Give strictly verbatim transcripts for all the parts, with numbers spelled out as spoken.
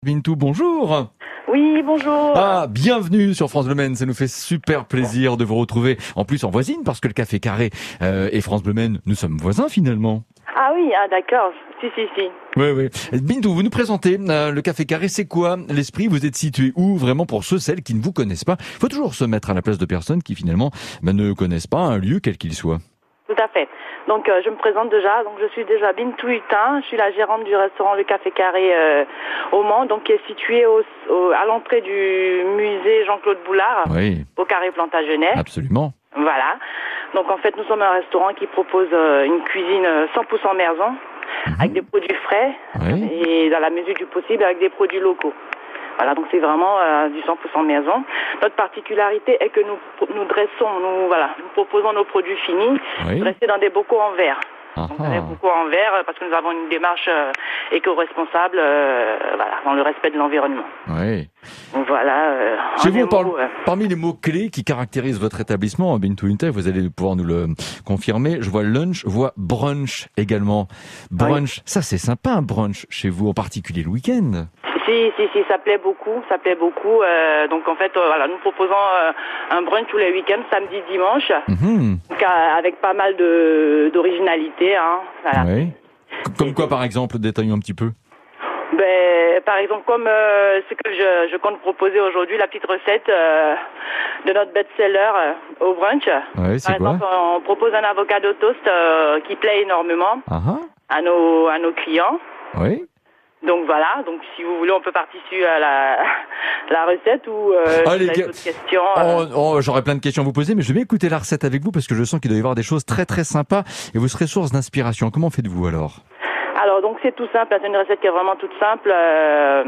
Bintou, bonjour. Oui, bonjour. Ah, bienvenue sur France Bleu Maine. Ça nous fait super plaisir de vous retrouver. En plus, en voisine, parce que le Café Carré euh, et France Bleu Maine, nous sommes voisins finalement. Ah oui, ah d'accord. Si, si, si. Oui, oui. Bintou, vous nous présentez euh, le Café Carré. C'est quoi l'esprit? Vous êtes situé où? Vraiment pour ceux, celles qui ne vous connaissent pas. Il faut toujours se mettre à la place de personnes qui finalement ben, ne connaissent pas un lieu quel qu'il soit. Tout à fait. Donc euh, je me présente déjà. Donc je suis déjà Bintou Hutin. Je suis la gérante du restaurant Le Café Carré euh, au Mans, donc qui est situé au, au, à l'entrée du musée Jean-Claude Boulard, Oui. au Carré Plantagenet. Absolument. Voilà. Donc en fait nous sommes un restaurant qui propose euh, une cuisine cent pour cent maison, mmh. avec des produits frais Oui. et dans la mesure du possible avec des produits locaux. Voilà, donc c'est vraiment euh, du cent pour cent maison. Notre particularité est que nous nous dressons, nous voilà, nous proposons nos produits finis, Oui. dressés dans des bocaux en verre. Ah Donc, ah. des bocaux en verre parce que nous avons une démarche euh, éco-responsable, euh, voilà, dans le respect de l'environnement. Oui. Donc voilà. Euh, Chez en vous, des on parle, mots, euh, parmi les mots-clés qui caractérisent votre établissement, Bintou Hutin, vous allez pouvoir nous le confirmer. Je vois lunch, je vois brunch également. Brunch, oui. Ça c'est sympa un brunch chez vous, en particulier le week-end. Si, si, si, ça plaît beaucoup, ça plaît beaucoup. Euh, donc en fait, euh, voilà, nous proposons euh, un brunch tous les week-ends, samedi, dimanche, Mmh. donc, euh, avec pas mal de d'originalité. Hein, voilà. Oui. Comme quoi, par exemple, détaillons un petit peu. Ben, par exemple, comme euh, ce que je, je compte proposer aujourd'hui, la petite recette euh, de notre best-seller euh, au brunch. Oui, c'est par quoi? exemple, on propose un avocado toast euh, qui plaît énormément Ah ah. à nos à nos clients. Oui. Donc voilà, donc si vous voulez, on peut participer à la, la recette ou euh, Allez, si vous avez d'autres questions. Oh, euh... oh, j'aurais plein de questions à vous poser, mais je vais bien écouter la recette avec vous parce que je sens qu'il doit y avoir des choses très très sympas et vous serez source d'inspiration. Comment faites-vous alors? Alors donc c'est tout simple, c'est une recette qui est vraiment toute simple euh,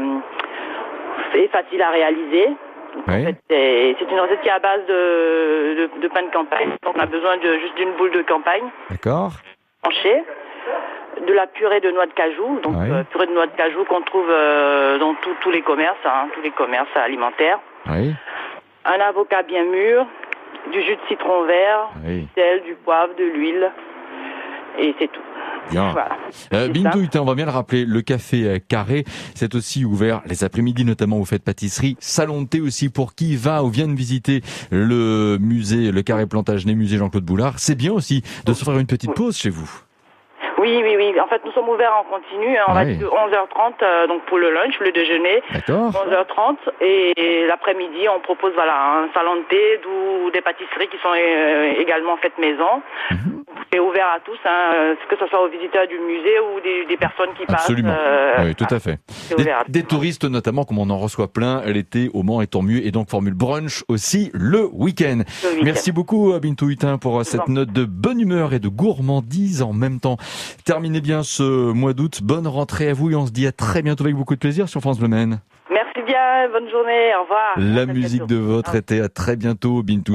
et facile à réaliser. Oui. En fait, c'est, c'est une recette qui est à base de, de, de pain de campagne. Donc on a besoin de juste d'une boule de campagne D'accord. tranchée, de la purée de noix de cajou, donc Oui. euh, purée de noix de cajou qu'on trouve euh, dans tout, tous les commerces, hein, tous les commerces alimentaires. Oui. Un avocat bien mûr, du jus de citron vert, Oui. du sel, du poivre, de l'huile, et c'est tout. Bien. Voilà. Euh, C'est Bintou ça. Hutin, on va bien le rappeler, le Café euh, Carré, c'est aussi ouvert les après-midi, notamment vous faites pâtisserie, salon de thé aussi pour qui va ou vient de visiter le musée, le Carré Plantagenet, musée Jean-Claude Boulard. C'est bien aussi de se faire une petite pause chez vous. Oui, oui, oui. En fait, nous sommes ouverts en continu. Hein, on Ah va oui. dire de onze heures trente euh, donc pour le lunch, le déjeuner. D'accord. onze heures trente et l'après-midi, on propose voilà un salon de thé, d'où des pâtisseries qui sont euh, également faites maison. Mhm. C'est ouvert à tous, hein, que ce soit aux visiteurs du musée ou des, des personnes qui Absolument. passent. Euh, Oui, tout à fait. c'est Des, ouvert à tous. des touristes notamment, comme on en reçoit plein l'été au Mans et tant mieux, et donc formule brunch aussi le week-end. Le week-end. Merci beaucoup Bintou Hutin pour vous cette en prie. note de bonne humeur et de gourmandise en même temps. Terminez bien ce mois d'août, bonne rentrée à vous et on se dit à très bientôt avec beaucoup de plaisir sur France Bleu Maine. Merci bien, bonne journée, au revoir. La À musique bientôt. de votre été, à très bientôt Bintou.